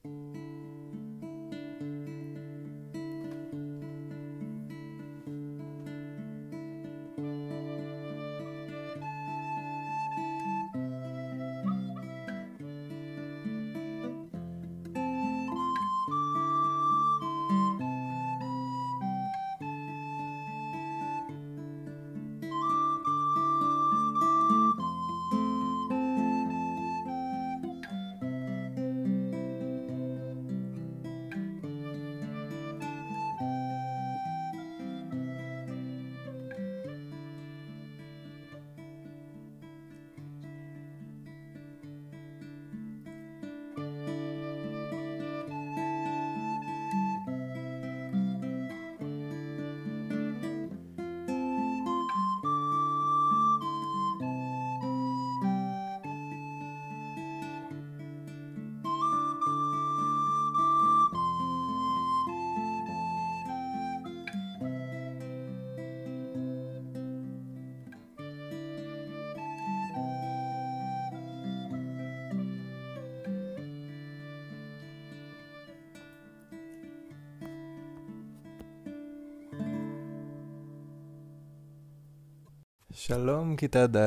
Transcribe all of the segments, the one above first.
שלום כיתה ד'.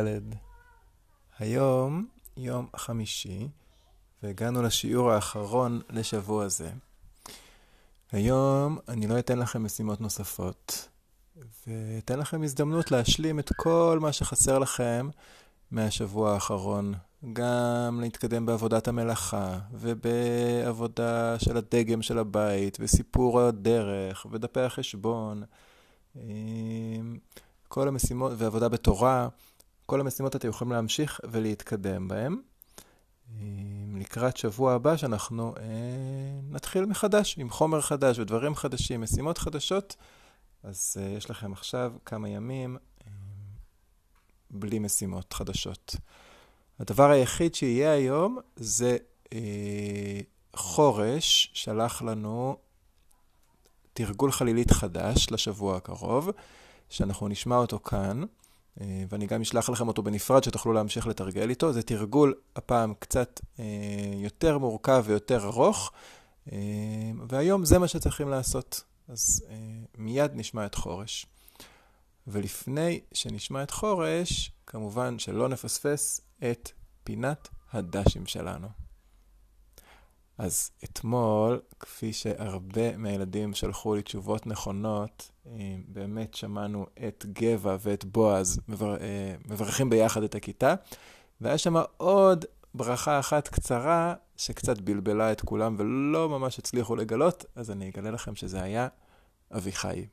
היום יום חמישי והגענו לשיעור האחרון לשבוע זה. היום אני לא אתן לכם משימות נוספות ואתן לכם הזדמנות להשלים את כל מה שחסר לכם מהשבוע האחרון, גם להתקדם בעבודת המלאכה ובעבודה של הדגם של הבית וסיפור הדרך ודפי החשבון, כל המשימות ועבודה בתורה. כל המשימות אתם יכולים להמשיך ולהתקדם בהם לקראת שבוע הבא, שאנחנו נתחיל מחדש עם חומר חדש ודברים חדשים, משימות חדשות. אז יש לכם עכשיו כמה ימים בלי משימות חדשות. הדבר היחיד שיהיה היום זה חורש שלח לנו תרגול חלילית חדש לשבוע הקרוב, שאנחנו נשמע אותו כאן, ואני גם אשלח לכם אותו בנפרד שתוכלו להמשיך לתרגל איתו. זה תרגול הפעם קצת יותר מורכב ויותר ארוך, והיום זה מה שצריכים לעשות. אז מיד נשמע את חורש. ולפני שנשמע את חורש, כמובן שלא נפספס את פינת הדשים שלנו. אז אתמול, כפי שהרבה מהילדים שלחו לי תשובות נכונות, באמת שמענו את גבע ואת בועז מברכים ביחד את הכיתה, והיה שם עוד ברכה אחת קצרה שקצת בלבלה את כולם ולא ממש הצליחו לגלות, אז אני אגלה לכם שזה היה אביחי.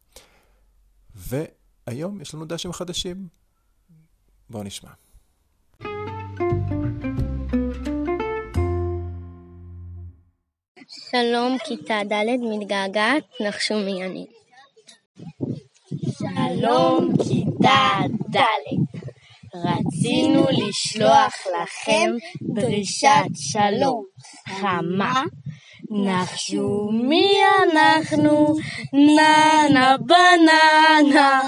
והיום יש לנו דשים חדשים. בואו נשמע. שלום כיתה ד' מתגעגעת, נחשו מי אני. שלום כיתה ד', רצינו לשלוח לכם דרישת שלום חמה. נחשו מי אנחנו, ננה בננה.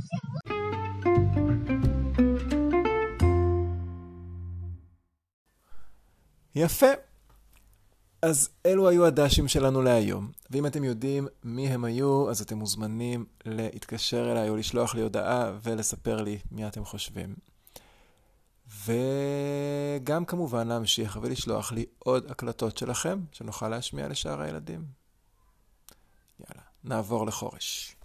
יפה. אז אלו היו הדשים שלנו להיום, ואם אתם יודעים מי הם היו, אז אתם מוזמנים להתקשר אליי או לשלוח לי הודעה ולספר לי מי אתם חושבים. וגם כמובן להמשיך ולשלוח לי עוד הקלטות שלכם, שנוכל להשמיע לשאר הילדים. יאללה, נעבור לחורש.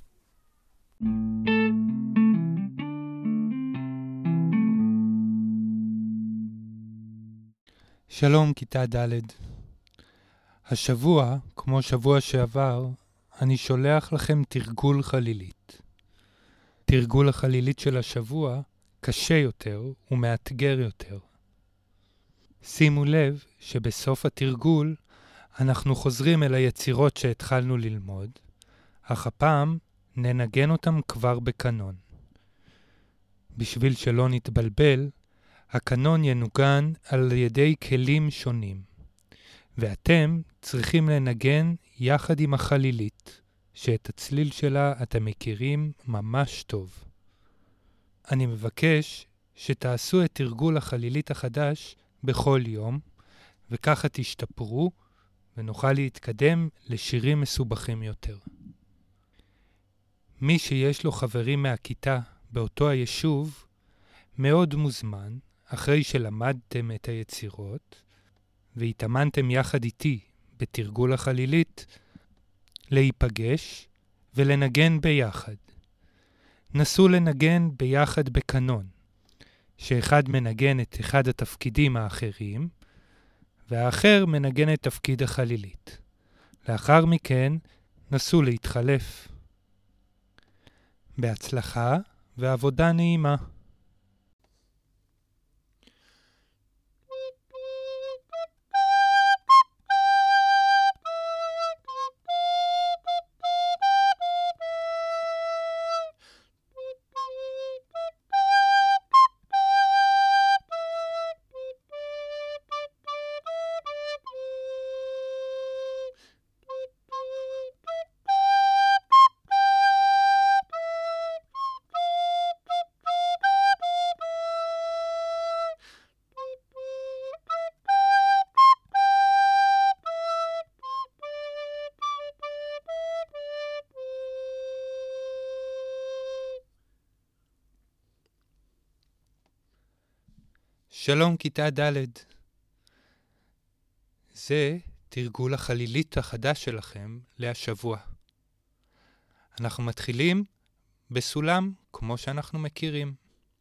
שלום כיתה ד'. השבוע, כמו שבוע שעבר, אני שולח לכם תרגול חלילית. תרגול החלילית של השבוע קשה יותר ומאתגר יותר. שימו לב שבסוף התרגול אנחנו חוזרים אל היצירות שהתחלנו ללמוד, אך הפעם ננגן אותם כבר בקנון. בשביל שלא נתבלבל, הקנון ינוגן על ידי כלים שונים, ואתם צריכים לנגן יחד עם החלילית, שאת הצליל שלה אתם מכירים ממש טוב. אני מבקש שתעשו את תרגול החלילית החדש בכל יום, וככה תשתפרו ונוכל להתקדם לשירים מסובכים יותר. מי שיש לו חברים מהכיתה באותו היישוב, מאוד מוזמן, אחרי שלמדתם את היצירות, והתאמנתם יחד איתי בתרגול החלילית, להיפגש ולנגן ביחד. נסו לנגן ביחד בקנון, שאחד מנגן את אחד התפקידים האחרים, והאחר מנגן את תפקיד החלילית. לאחר מכן נסו להתחלף. בהצלחה ועבודה נעימה. שלום כיתה ד'. זה תרגול החלילית החדש שלכם להשבוע. אנחנו מתחילים בסולם כמו שאנחנו מכירים.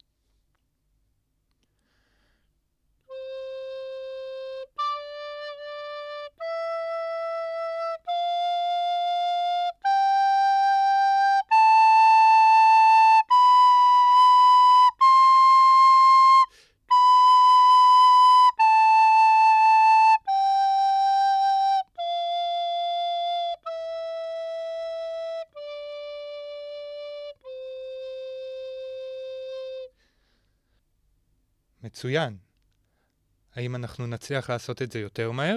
מצוין. האם אנחנו נצליח לעשות את זה יותר מהר?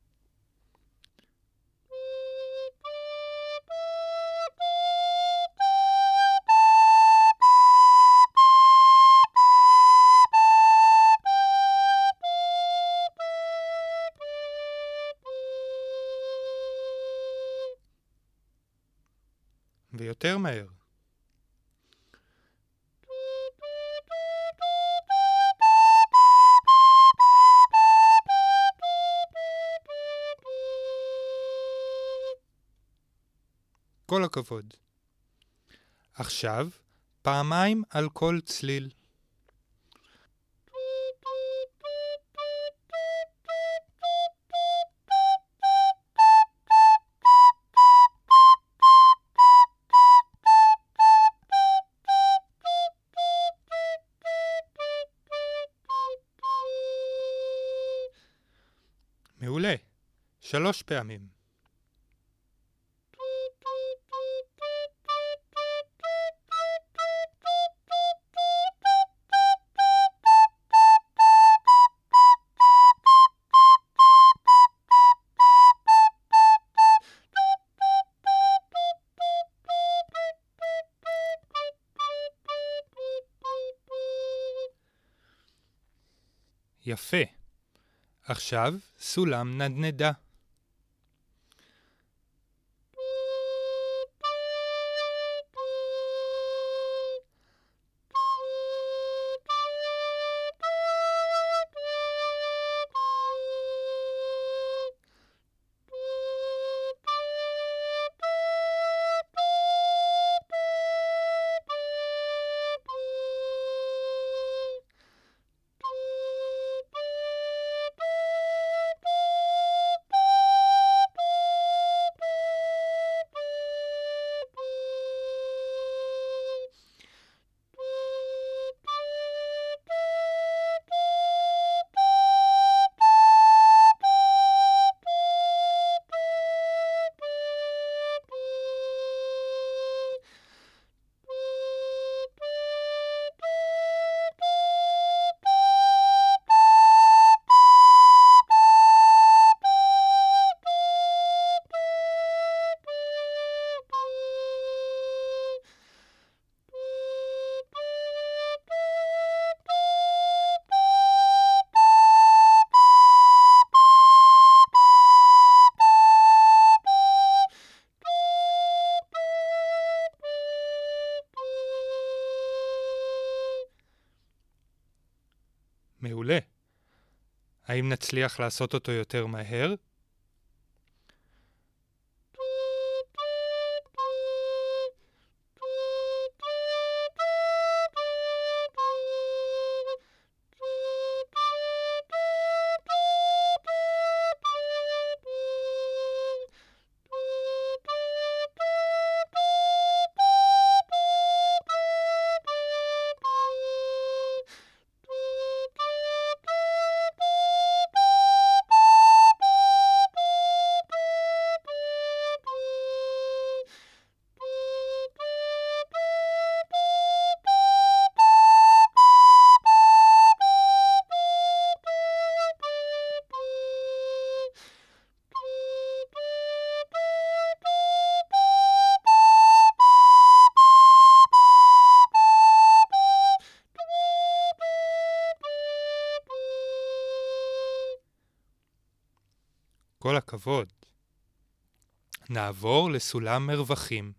ויותר מהר. כל הכבוד. עכשיו, פעמיים על כל צליל. מעולה. 3 פעמים. יפה. עכשיו סולם נדנדה. האם נצליח לעשות אותו יותר מהר? כל הכבוד. נעבור לסולם מרווחים.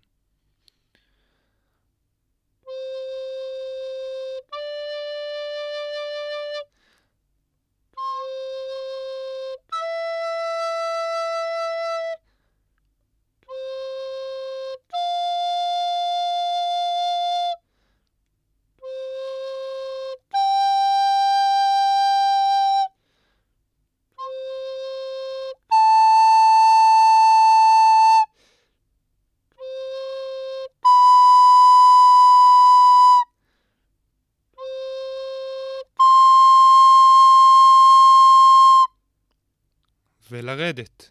ולרדת.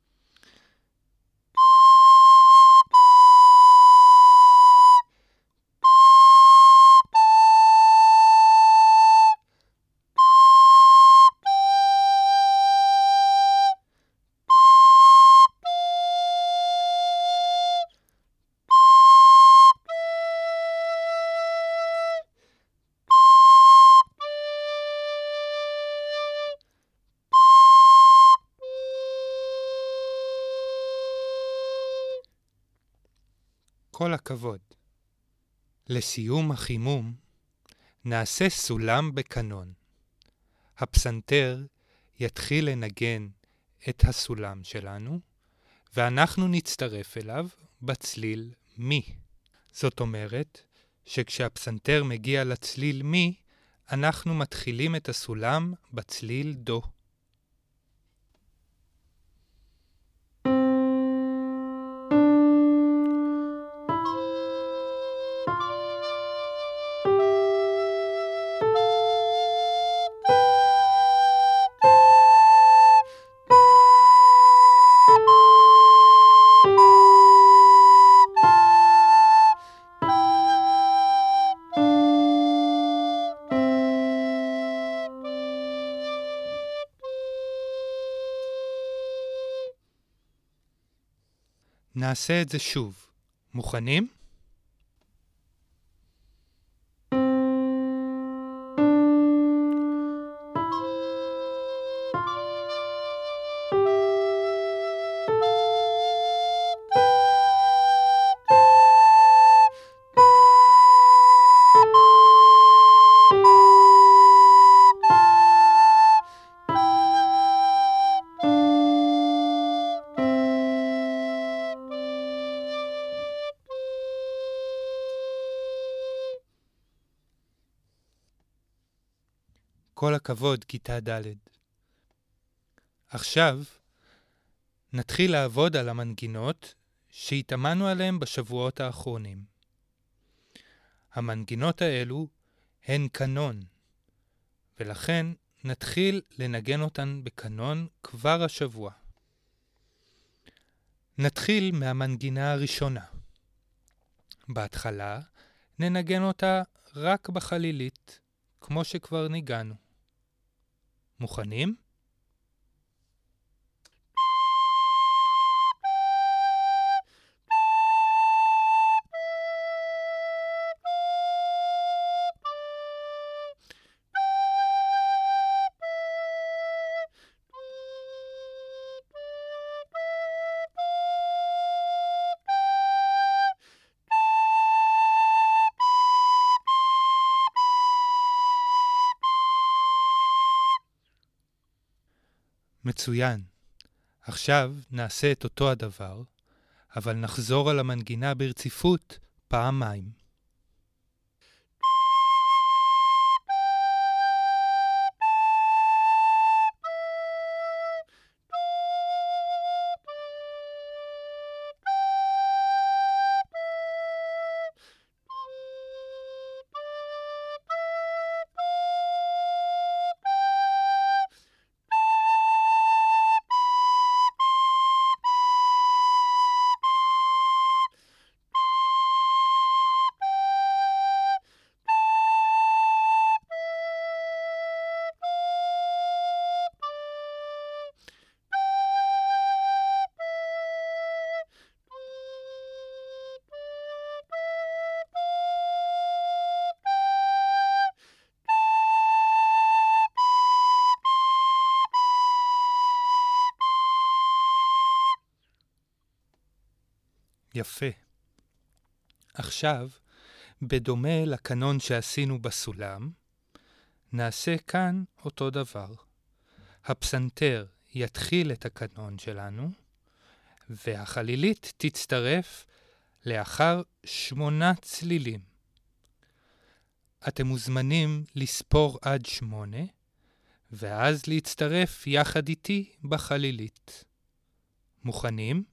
כל הכבוד. לסיום החימום, נעשה סולם בקנון. הפסנתר יתחיל לנגן את הסולם שלנו, ואנחנו נצטרף אליו בצליל מי. זאת אומרת שכשהפסנתר מגיע לצליל מי, אנחנו מתחילים את הסולם בצליל דו. נעשה את זה שוב. מוכנים? כל הכבוד, כיתה ד'. עכשיו נתחיל לעבוד על המנגינות שהתאמנו עליהן בשבועות האחרונים. המנגינות האלו הן קנון, ולכן נתחיל לנגן אותן בקנון כבר השבוע. נתחיל מהמנגינה הראשונה. בהתחלה ננגן אותה רק בחלילית, כמו שכבר ניגענו. מוכנים? מצוין. עכשיו נעשה את אותו הדבר, אבל נחזור על המנגינה ברציפות פעמיים. יפה. עכשיו, בדומה לקנון שעשינו בסולם, נעשה כאן אותו דבר. הפסנתר יתחיל את הקנון שלנו, והחלילית תצטרף לאחר 8 צלילים. אתם מוזמנים לספור עד 8, ואז להצטרף יחד איתי בחלילית. מוכנים?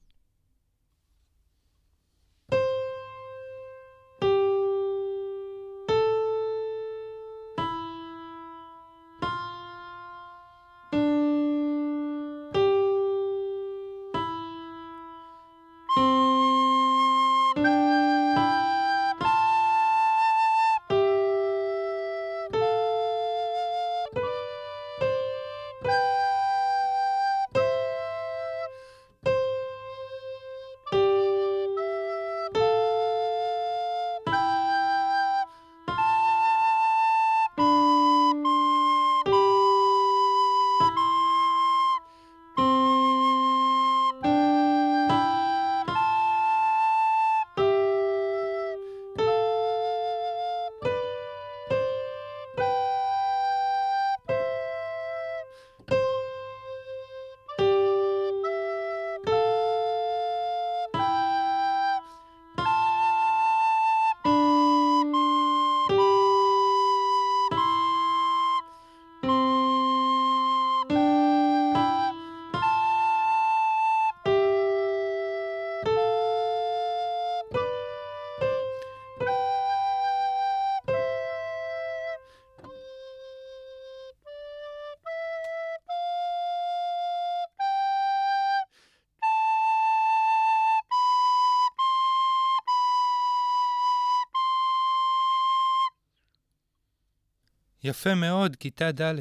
יפה מאוד, כיתה ד'.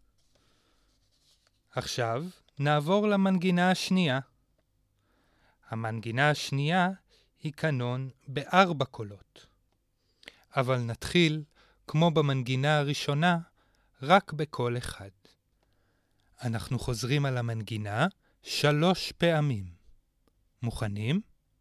עכשיו נעבור למנגינה השנייה. המנגינה השנייה היא קנון ב4 קולות. אבל נתחיל, כמו במנגינה הראשונה, רק בקול אחד. אנחנו חוזרים על המנגינה 3 פעמים. מוכנים?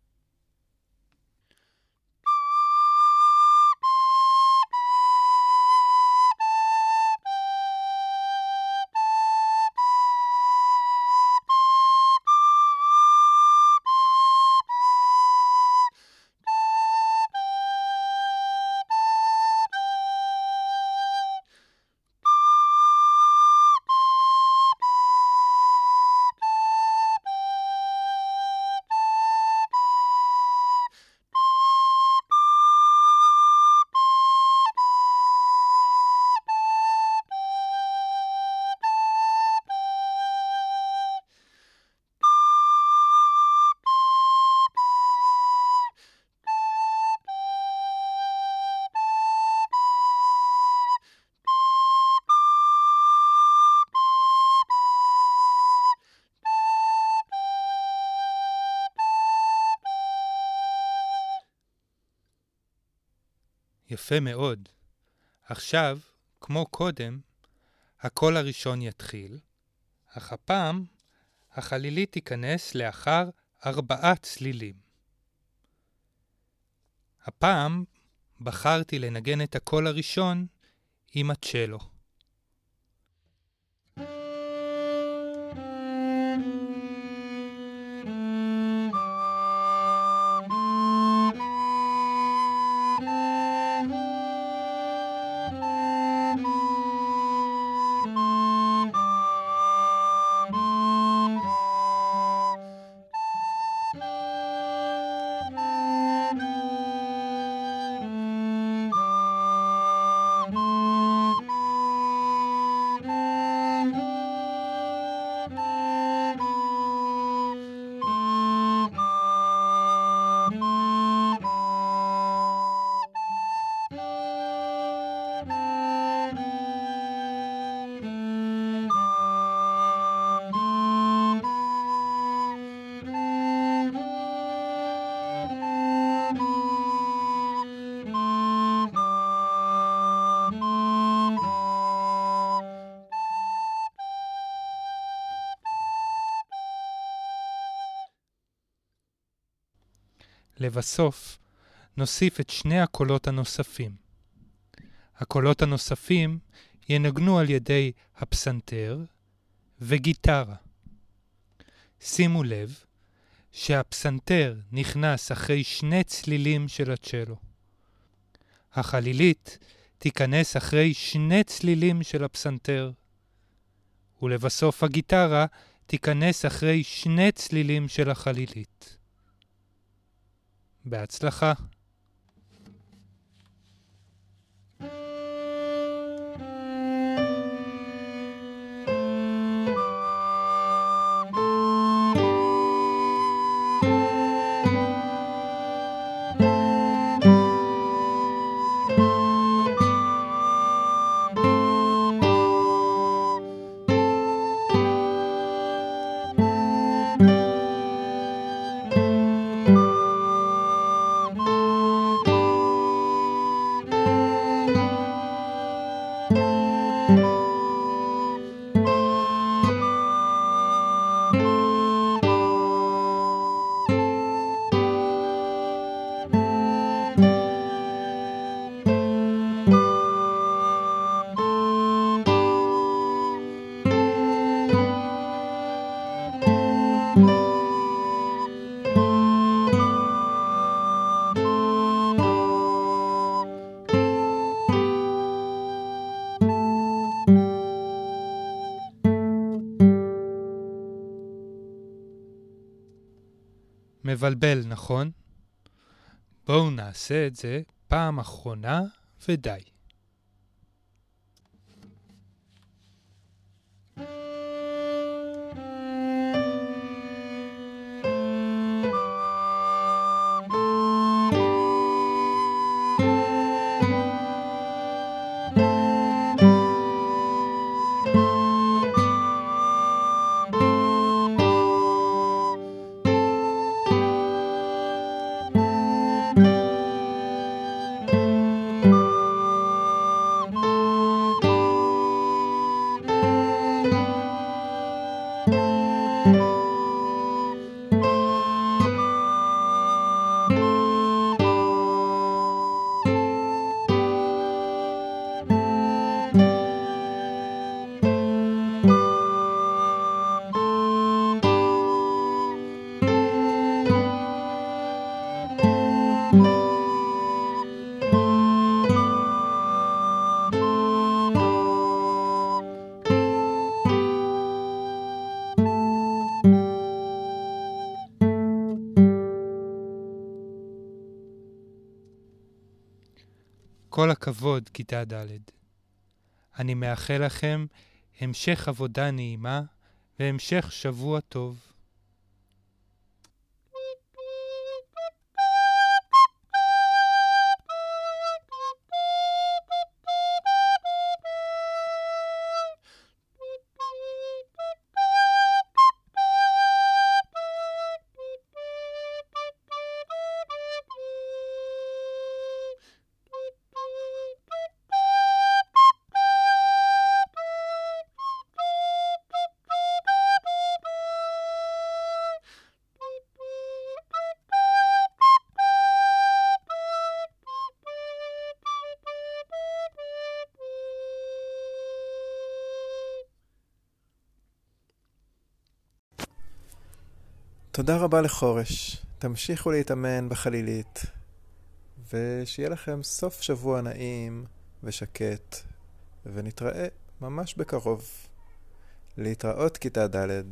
יפה מאוד. עכשיו, כמו קודם, הקול הראשון יתחיל, אך הפעם החלילית תיכנס לאחר 4 צלילים. הפעם בחרתי לנגן את הקול הראשון עם הצ'לו. לבסוף, נוסיף את שני הקולות הנוספים. הקולות הנוספים ינגנו על ידי הפסנתר וגיטרה. שימו לב שהפסנתר נכנס אחרי שני צלילים של הצ'לו. החלילית תיכנס אחרי שני צלילים של הפסנתר, ולבסוף הגיטרה תיכנס אחרי שני צלילים של החלילית. בהצלחה. מבלבל, נכון? בואו נעשה את זה פעם אחרונה ודי. כל הכבוד, כיתה ד'. אני מאחל לכם המשך עבודה נעימה והמשך שבוע טוב. תודה רבה לחורש, תמשיכו להתאמן בחלילית, ושיהיה לכם סוף שבוע נעים ושקט, ונתראה ממש בקרוב. להתראות כיתה ד'.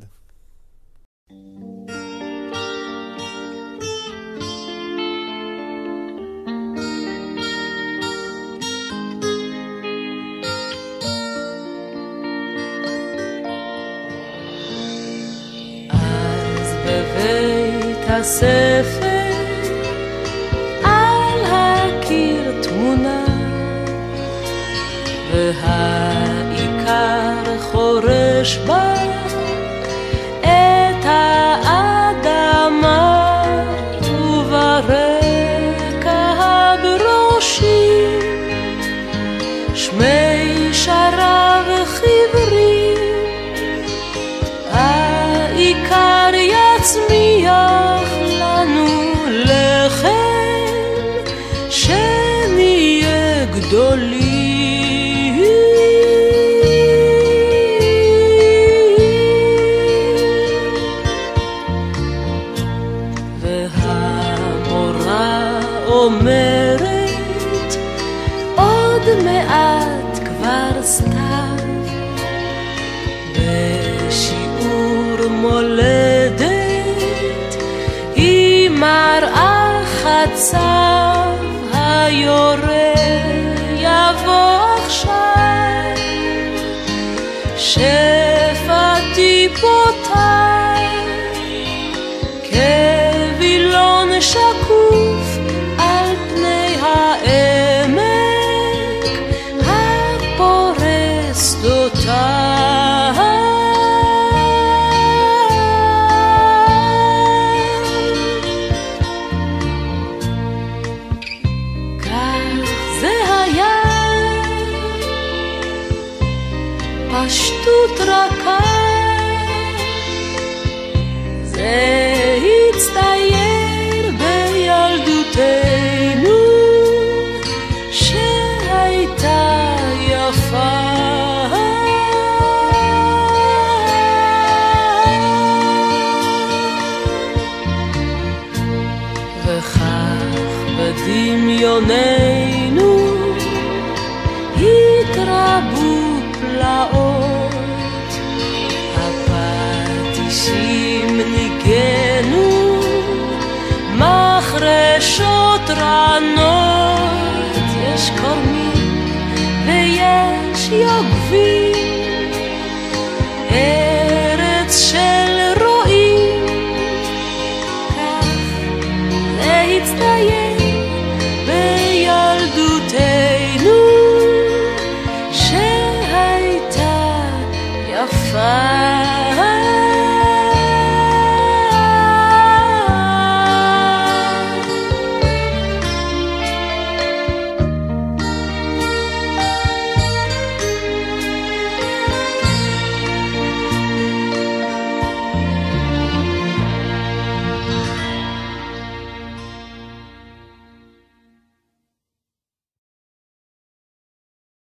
בבית הספר על הקיר תמונה, והעיקר חורש בה את האדמה, וברקע הברושים שמי שרה וחברים, העיקר יצמיח לנו לך אומרת עוד מעט כבר סתיו, בשיעור מולדת היא מראה חצב, היורה יבוא עכשיו, שפע טיפותיי כבילון שקוף על פני העמק הפורס דותיי. כך זה היה, פשטות רכה, זה הצטייר בילדותנו שהייתה יפה. וכך בדמיוננו התרבו פלאות, הפטישים ניגנו, מחרשות רענות, יש קורמים ויש יוגבים, ארץ של רועים, כך להצטיין בילדותנו שהייתה יפה.